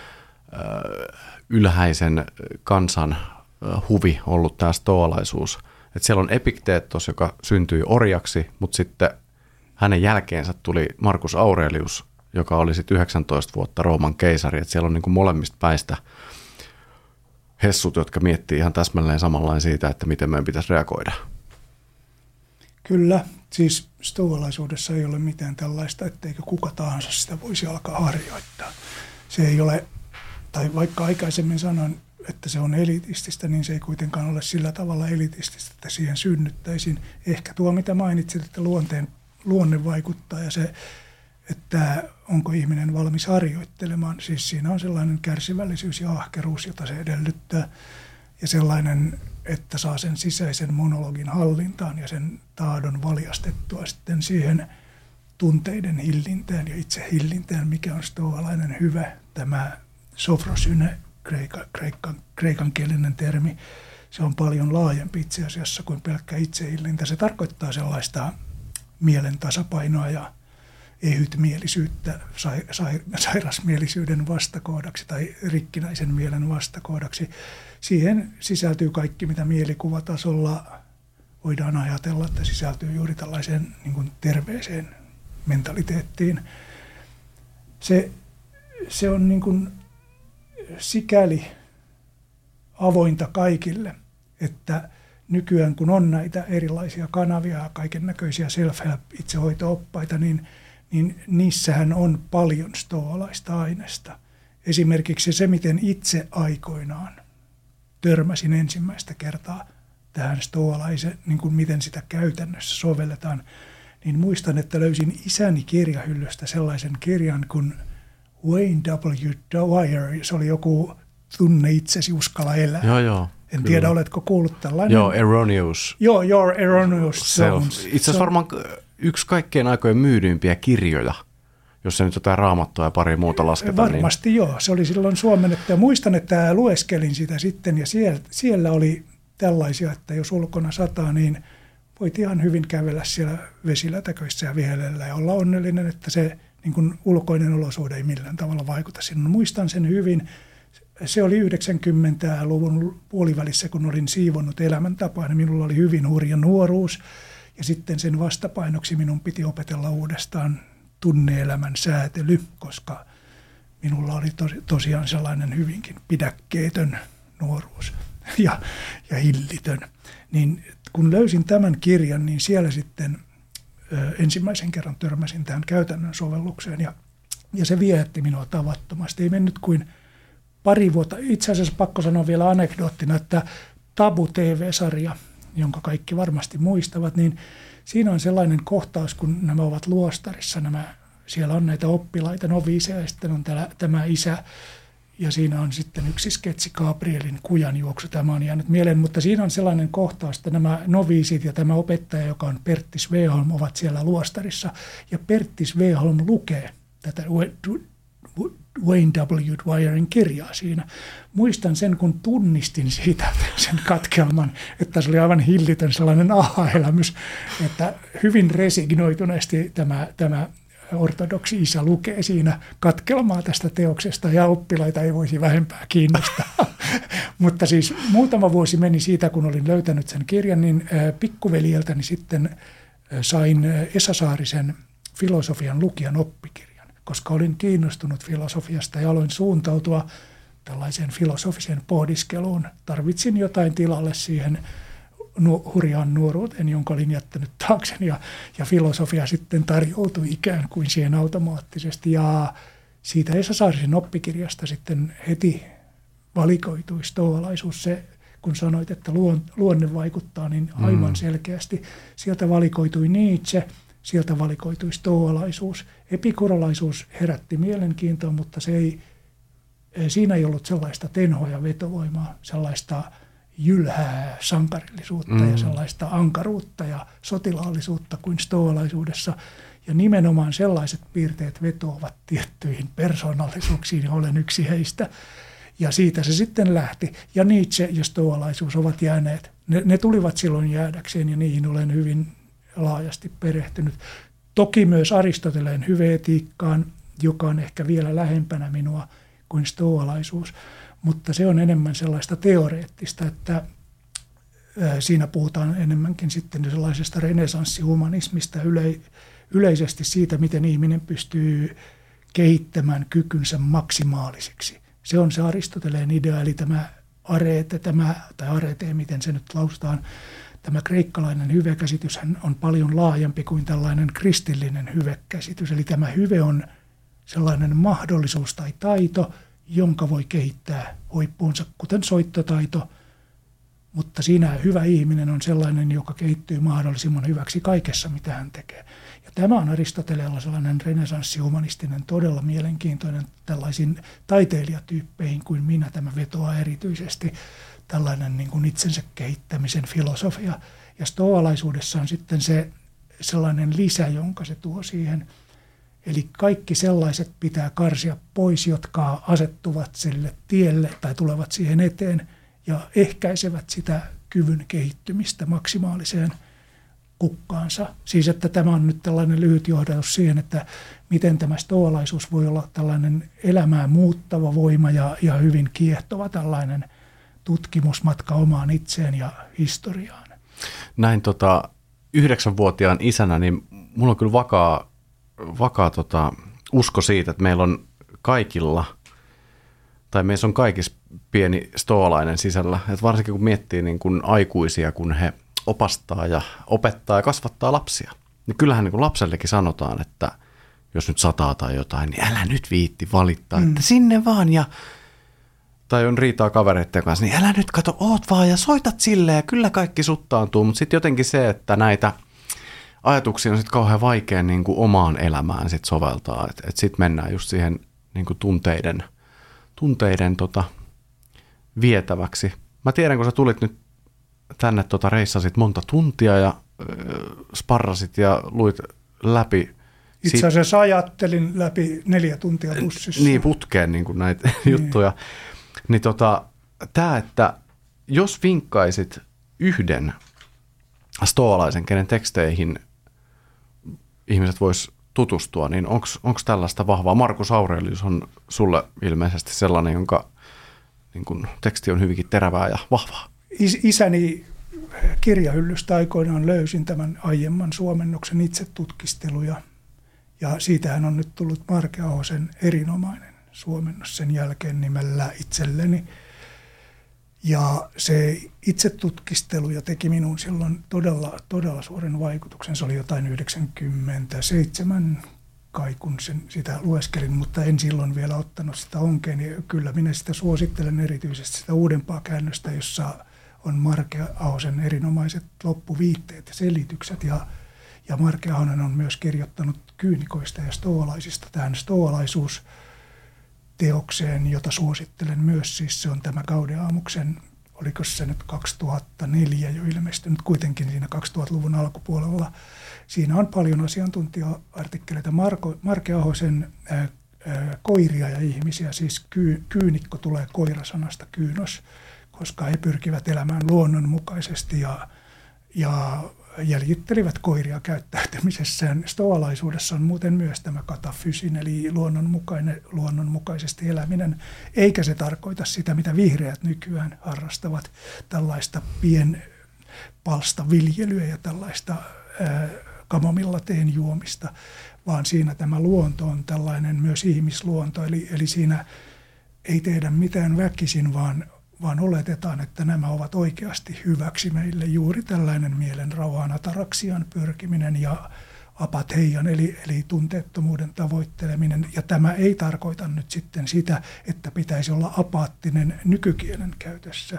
ylhäisen kansan huvi ollut tämä stoalaisuus. Että siellä on Epictetos, joka syntyi orjaksi, mutta sitten hänen jälkeensä tuli Marcus Aurelius, joka oli sitten 19 vuotta Rooman keisari. Että siellä on niin kuin molemmista päistä hessut, jotka miettii ihan täsmälleen samanlainen siitä, että miten meidän pitäisi reagoida. Kyllä, siis stoalaisuudessa ei ole mitään tällaista, etteikö kuka tahansa sitä voisi alkaa harjoittaa. Se ei ole, tai vaikka aikaisemmin sanoin, että se on elitististä, niin se ei kuitenkaan ole sillä tavalla elitististä, että siihen synnyttäisiin. Ehkä tuo, mitä mainitsit, että luonne vaikuttaa ja se, että onko ihminen valmis harjoittelemaan. Siis siinä on sellainen kärsivällisyys ja ahkeruus, jota se edellyttää. Ja sellainen, että saa sen sisäisen monologin hallintaan ja sen tahdon valjastettua sitten siihen tunteiden hillintään ja itse hillintään, mikä on stoalainen hyvä. Tämä sofrosyne, kreikankielinen termi, se on paljon laajempi itse asiassa kuin pelkkä itsehillintä. Se tarkoittaa sellaista mielen tasapainoa ja ehytmielisyyttä sairasmielisyyden vastakohdaksi tai rikkinäisen mielen vastakohdaksi. Siihen sisältyy kaikki, mitä mielikuvatasolla voidaan ajatella, että sisältyy juuri tällaiseen niin kuin terveeseen mentaliteettiin. Se on niin kuin sikäli avointa kaikille, että nykyään kun on näitä erilaisia kanavia ja kaiken näköisiä self-help itsehoito-oppaita, niin niissähän on paljon stoalaista aineesta. Esimerkiksi se, miten itse aikoinaan törmäsin ensimmäistä kertaa tähän stoalaisen, niin kuin miten sitä käytännössä sovelletaan, niin muistan, että löysin isäni kirjahyllystä sellaisen kirjan kuin Wayne W. Dwyer. Se oli joku Tunne itsesi, uskalla elää. Joo. En tiedä, oletko kuullut tällainen? Joo, Erroneous. Joo, Your Erroneous Zones. Itse asiassa varmaan yksi kaikkein aikojen myydyimpiä kirjoja, jos se nyt jotain Raamattua ja pari muuta lasketaan. Varmasti niin. Joo, se oli silloin suomennettu. Ja muistan, että lueskelin sitä sitten ja siellä oli tällaisia, että jos ulkona sataa, niin voit ihan hyvin kävellä siellä vesilätäköissä ja vihellellä ja olla onnellinen, että se niin kuin ulkoinen olosuhde ei millään tavalla vaikuta sinun. Muistan sen hyvin. Se oli 90-luvun puolivälissä, kun olin siivonnut elämäntapaa, niin minulla oli hyvin hurja nuoruus. Ja sitten sen vastapainoksi minun piti opetella uudestaan tunne-elämän säätely, koska minulla oli tosiaan sellainen hyvinkin pidäkkeetön nuoruus ja hillitön. Niin kun löysin tämän kirjan, niin siellä sitten ensimmäisen kerran törmäsin tähän käytännön sovellukseen ja se viehätti minua tavattomasti. Ei mennyt kuin pari vuotta. Itse asiassa pakko sanoa vielä anekdoottina, että Tabu TV-sarja, jonka kaikki varmasti muistavat, niin siinä on sellainen kohtaus, kun nämä ovat luostarissa. Siellä on näitä oppilaita, noviiseja, ja sitten on tämä isä, ja siinä on sitten yksi sketsi Gabrielin kujanjuoksu. Tämä on jäänyt mieleen, mutta siinä on sellainen kohtaus, että nämä noviisit ja tämä opettaja, joka on Pertti Sveholm, ovat siellä luostarissa, ja Pertti Sveholm lukee tätä Wayne W. Dwyerin kirjaa siinä. Muistan sen, kun tunnistin siitä sen katkelman, että se oli aivan hillitön sellainen aha-elämys, että hyvin resignoituneesti tämä ortodoksi isä lukee siinä katkelmaa tästä teoksesta ja oppilaita ei voisi vähempää kiinnostaa. Mutta siis muutama vuosi meni siitä, kun olin löytänyt sen kirjan, niin pikkuveljeltäni sitten sain Esa Saarisen filosofian lukijan oppikirjan, koska olin kiinnostunut filosofiasta ja aloin suuntautua tällaiseen filosofiseen pohdiskeluun. Tarvitsin jotain tilalle siihen hurjaan nuoruuteen, jonka olin jättänyt taakse, ja filosofia sitten tarjoutui ikään kuin siihen automaattisesti. Ja siitä Esa Saarisen oppikirjasta sitten heti valikoitui stoalaisuus. Se, kun sanoit, että luonne vaikuttaa, niin aivan selkeästi. Sieltä valikoitui Nietzsche, sieltä valikoitui stoalaisuus. Epikurolaisuus herätti mielenkiintoa, mutta siinä ei ollut sellaista tenhoa ja vetovoimaa, sellaista jylhää sankarillisuutta ja sellaista ankaruutta ja sotilaallisuutta kuin stoalaisuudessa. Ja nimenomaan sellaiset piirteet vetoavat tiettyihin persoonallisuuksiin, ja olen yksi heistä. Ja siitä se sitten lähti. Ja Nietzsche ja stoalaisuus ovat jääneet. Ne tulivat silloin jäädäkseen, ja niihin olen hyvin laajasti perehtynyt. Toki myös Aristoteleen hyveetiikkaan, joka on ehkä vielä lähempänä minua kuin stoalaisuus. Mutta se on enemmän sellaista teoreettista, että siinä puhutaan enemmänkin sitten sellaisesta renesanssihumanismista, yleisesti siitä, miten ihminen pystyy kehittämään kykynsä maksimaalisiksi. Se on se Aristoteleen idea, eli tämä arete, miten se nyt lausutaan, tämä kreikkalainen hyvekäsityshän on paljon laajempi kuin tällainen kristillinen hyvekäsitys. Eli tämä hyve on sellainen mahdollisuus tai taito, jonka voi kehittää huippuunsa, kuten soittotaito, mutta siinä hyvä ihminen on sellainen, joka kehittyy mahdollisimman hyväksi kaikessa, mitä hän tekee. Ja tämä on Aristoteleella sellainen renesanssihumanistinen, todella mielenkiintoinen tällaisiin taiteilijatyyppeihin kuin minä, tämä vetoaa erityisesti tällainen niin kuin itsensä kehittämisen filosofia. Ja stoalaisuudessa on sitten se sellainen lisä, jonka se tuo siihen. Eli kaikki sellaiset pitää karsia pois, jotka asettuvat sille tielle tai tulevat siihen eteen ja ehkäisevät sitä kyvyn kehittymistä maksimaaliseen kukkaansa. Siis että tämä on nyt tällainen lyhyt johdatus siihen, että miten tämä stoalaisuus voi olla tällainen elämää muuttava voima ja hyvin kiehtova tällainen tutkimusmatka omaan itseen ja historiaan. Näin 9-vuotiaan isänä, niin mulla on kyllä vakaa usko siitä, että meillä on kaikilla, tai meissä on kaikissa pieni stoalainen sisällä. Että varsinkin kun miettii niin kun aikuisia, kun he opastaa ja opettaa ja kasvattaa lapsia, niin kyllähän niin kun lapsellekin sanotaan, että jos nyt sataa tai jotain, niin älä nyt viitti valittaa, että sinne vaan tai on riitaa kavereiden kanssa, niin älä nyt kato, oot vaan ja soitat silleen ja kyllä kaikki suttaantuu, mutta sitten jotenkin se, että näitä ajatuksia on sitten kauhean vaikea niin kuin omaan elämään sit soveltaa, että sitten mennään just siihen niin kuin tunteiden vietäväksi. Mä tiedän, kun sä tulit nyt tänne reissasit monta tuntia ja sparrasit ja luit läpi. Itse asiassa ajattelin läpi 4 tuntia bussissa. Niin, putkeen niin kuin näitä juttuja. Niin tämä, että jos vinkkaisit yhden stoalaisen, kenen teksteihin ihmiset vois tutustua, niin onko tällaista vahvaa? Marcus Aurelius on sulle ilmeisesti sellainen, jonka niin kun, teksti on hyvinkin terävää ja vahvaa. Isäni kirjahyllystä aikoinaan löysin tämän aiemman suomennoksen itsetutkisteluja, ja siitähän on nyt tullut Marke Ahosen erinomainen suomennos sen jälkeen nimellä Itselleni. Ja se itsetutkisteluja teki minuun silloin todella suuren vaikutuksen. Se oli jotain 97 kai, kun sitä lueskelin, mutta en silloin vielä ottanut sitä onkeen. Ja kyllä minä sitä suosittelen erityisesti sitä uudempaa käännöstä, jossa on Marke Ahosen erinomaiset loppuviitteet ja selitykset. Ja Marke Ahonen on myös kirjoittanut kyynikoista ja stoalaisista tähän stoalaisuus teokseen, jota suosittelen myös. Siis se on tämä Gaudeamuksen, oliko se nyt 2004 jo ilmestynyt, kuitenkin siinä 2000-luvun alkupuolella. Siinä on paljon asiantuntija-artikkeleita. Marke Ahosen koiria ja ihmisiä, siis kyynikko tulee koirasanasta kyynos, koska he pyrkivät elämään luonnonmukaisesti ja jäljittelivät koiria käyttäytymisessään. Stoalaisuudessa on muuten myös tämä katafysin, eli luonnonmukaisesti eläminen, eikä se tarkoita sitä, mitä vihreät nykyään harrastavat, tällaista pienpalstaviljelyä ja tällaista kamomillateen juomista, vaan siinä tämä luonto on tällainen myös ihmisluonto, eli siinä ei tehdä mitään väkisin, vaan oletetaan, että nämä ovat oikeasti hyväksi meille. Juuri tällainen mielen rauhaan, ataraksian pyrkiminen ja apatheian, eli tunteettomuuden tavoitteleminen. Ja tämä ei tarkoita nyt sitten sitä, että pitäisi olla apaattinen nykykielen käytössä.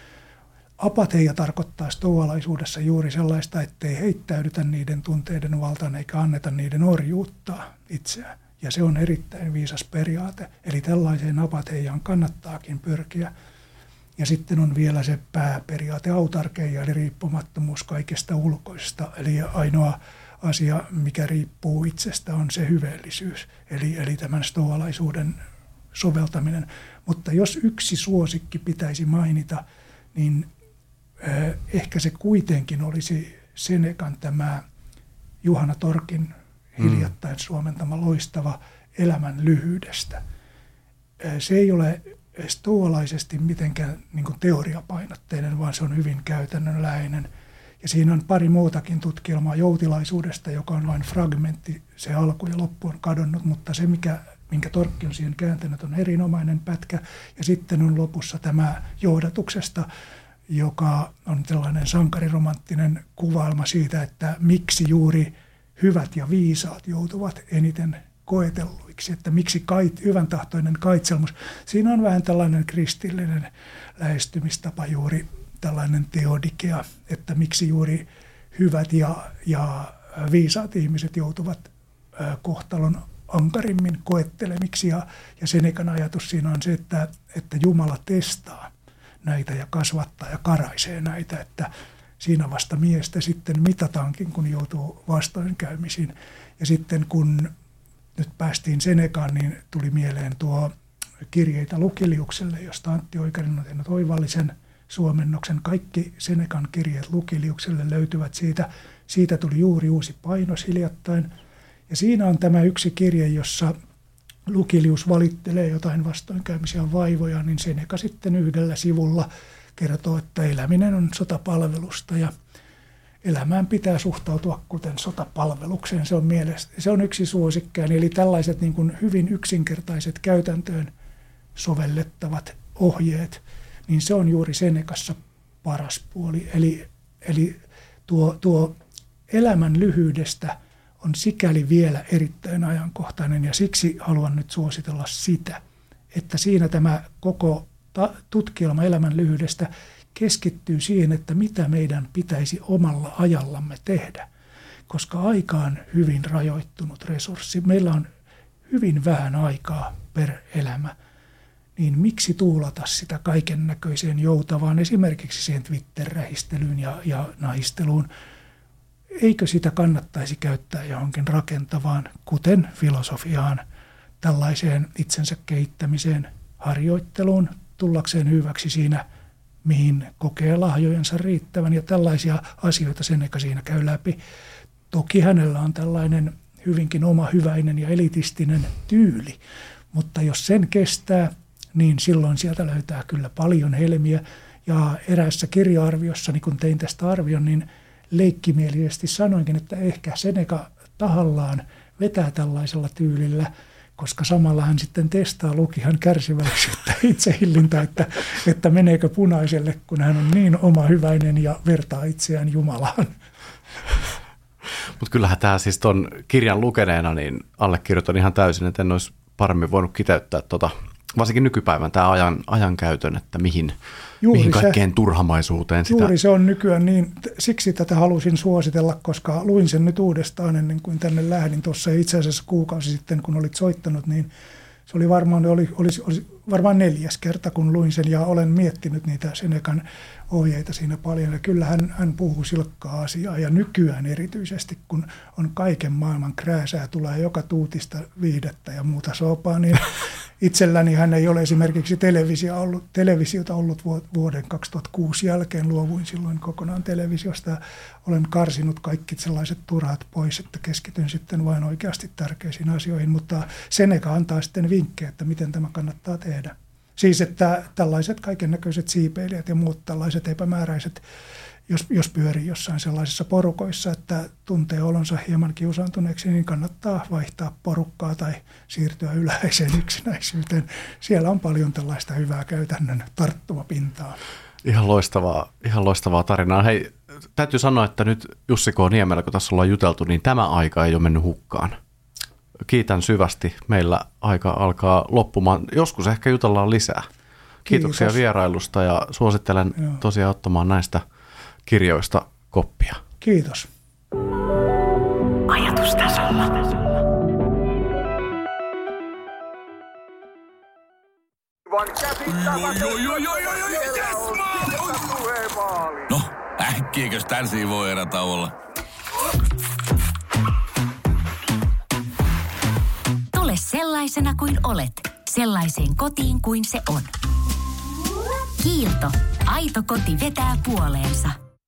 Apatheia tarkoittaa stoalaisuudessa juuri sellaista, ettei heittäydytä niiden tunteiden valtaan eikä anneta niiden orjuuttaa itseään. Ja se on erittäin viisas periaate. Eli tällaiseen apatheiaan kannattaakin pyrkiä. Ja sitten on vielä se pääperiaate autarkeia, eli riippumattomuus kaikesta ulkoisesta. Eli ainoa asia, mikä riippuu itsestä, on se hyveellisyys, eli tämän stoalaisuuden soveltaminen. Mutta jos yksi suosikki pitäisi mainita, niin ehkä se kuitenkin olisi Senecan tämä Juhana Torkin hiljattain suomentama loistava elämän lyhyydestä. Se ei ole stoalaisesti mitenkään niin kuin teoriapainotteinen, vaan se on hyvin käytännönläheinen. Ja siinä on pari muutakin tutkielmaa joutilaisuudesta, joka on vain fragmentti, se alku ja loppu on kadonnut, mutta se, minkä Torkki on siihen kääntänyt, on erinomainen pätkä. Ja sitten on lopussa tämä johdatuksesta, joka on tällainen sankariromanttinen kuvailma siitä, että miksi juuri hyvät ja viisaat joutuvat eniten koetelluiksi, että miksi hyvän tahtoinen kaitselmus. Siinä on vähän tällainen kristillinen lähestymistapa juuri, tällainen teodikea, että miksi juuri hyvät ja viisaat ihmiset joutuvat kohtalon ankarimmin koettelemiksi. Ja Senecan ajatus siinä on se, että Jumala testaa näitä ja kasvattaa ja karaisee näitä, että siinä vasta miestä sitten mitataankin, kun joutuu vastoinkäymisiin. Ja sitten kun nyt päästiin Senecaan, niin tuli mieleen tuo Kirjeitä Lukiliukselle, josta Antti Oikarinen on tehnyt oivallisen suomennoksen. Kaikki Senecan kirjeet Lukiliukselle löytyvät siitä. Siitä tuli juuri uusi painos hiljattain. Ja siinä on tämä yksi kirje, jossa Lukilius valittelee jotain vastoinkäymisiä vaivoja, niin Seneca sitten yhdellä sivulla kertoo, että eläminen on sotapalvelusta ja elämään pitää suhtautua kuten sotapalvelukseen. Se on yksi suosikkeeni. Eli tällaiset niin kuin hyvin yksinkertaiset käytäntöön sovellettavat ohjeet, niin se on juuri Senecassa paras puoli. Eli tuo elämän lyhyydestä on sikäli vielä erittäin ajankohtainen, ja siksi haluan nyt suositella sitä, että siinä tämä koko tutkielma elämän lyhyydestä keskittyy siihen, että mitä meidän pitäisi omalla ajallamme tehdä, koska aika on hyvin rajoittunut resurssi. Meillä on hyvin vähän aikaa per elämä, niin miksi tuulata sitä kaiken näköiseen joutavaan, esimerkiksi siihen Twitter-rähistelyyn ja nahisteluun. Eikö sitä kannattaisi käyttää johonkin rakentavaan, kuten filosofiaan, tällaiseen itsensä kehittämiseen, harjoitteluun, tullakseen hyväksi siinä, mihin kokee lahjojensa riittävän, ja tällaisia asioita Seneca siinä käy läpi. Toki hänellä on tällainen hyvinkin omahyväinen ja elitistinen tyyli, mutta jos sen kestää, niin silloin sieltä löytää kyllä paljon helmiä. Ja eräässä kirja-arviossa, niin kun tein tästä arvion, niin leikkimielisesti sanoinkin, että ehkä Seneca tahallaan vetää tällaisella tyylillä, koska samalla hän sitten testaa lukijan kärsivällisyyttä, itsehillintää, että meneekö punaiselle, kun hän on niin omahyväinen ja vertaa itseään Jumalaan. Mutta kyllähän tämä siis ton kirjan lukeneena, niin allekirjoitan ihan täysin, että en olisi paremmin voinut kiteyttää varsinkin nykypäivän tämä ajankäytön, että mihin kaikkeen turhamaisuuteen sitä. Juuri se on nykyään niin, siksi tätä halusin suositella, koska luin sen nyt uudestaan ennen kuin tänne lähdin tuossa itse asiassa kuukausi sitten, kun olit soittanut, niin se oli varmaan 4. kerta, kun luin sen ja olen miettinyt niitä Senecan ohjeita siinä paljon. Ja kyllä hän puhuu silkkaa asiaa ja nykyään erityisesti, kun on kaiken maailman krääsää, tulee joka tuutista viihdettä ja muuta soopaa, niin itselläni hän ei ole esimerkiksi televisiota ollut vuoden 2006 jälkeen. Luovuin silloin kokonaan televisiosta. Olen karsinut kaikki sellaiset turhat pois, että keskityn sitten vain oikeasti tärkeisiin asioihin. Mutta Seneca antaa sitten vinkkejä, että miten tämä kannattaa tehdä. Siis, että tällaiset kaikennäköiset siipeilijät ja muut tällaiset epämääräiset jos pyörii jossain sellaisissa porukoissa, että tuntee olonsa hieman kiusaantuneeksi, niin kannattaa vaihtaa porukkaa tai siirtyä yleiseen yksinäisyyteen. Siellä on paljon tällaista hyvää käytännön tarttumapintaa. Ihan loistavaa tarinaa. Hei, täytyy sanoa, että nyt Jussi K. Niemelä, kun tässä ollaan juteltu, niin tämä aika ei ole mennyt hukkaan. Kiitän syvästi. Meillä aika alkaa loppumaan. Joskus ehkä jutellaan lisää. Kiitoksia vierailusta ja suosittelen tosiaan ottamaan näistä kirjoista koppia. Kiitos. Ajatustasolla. No, äkkiäkös tän voi erätä olla? Tule sellaisena kuin olet, sellaiseen kotiin kuin se on. Kiilto. Aito koti vetää puoleensa.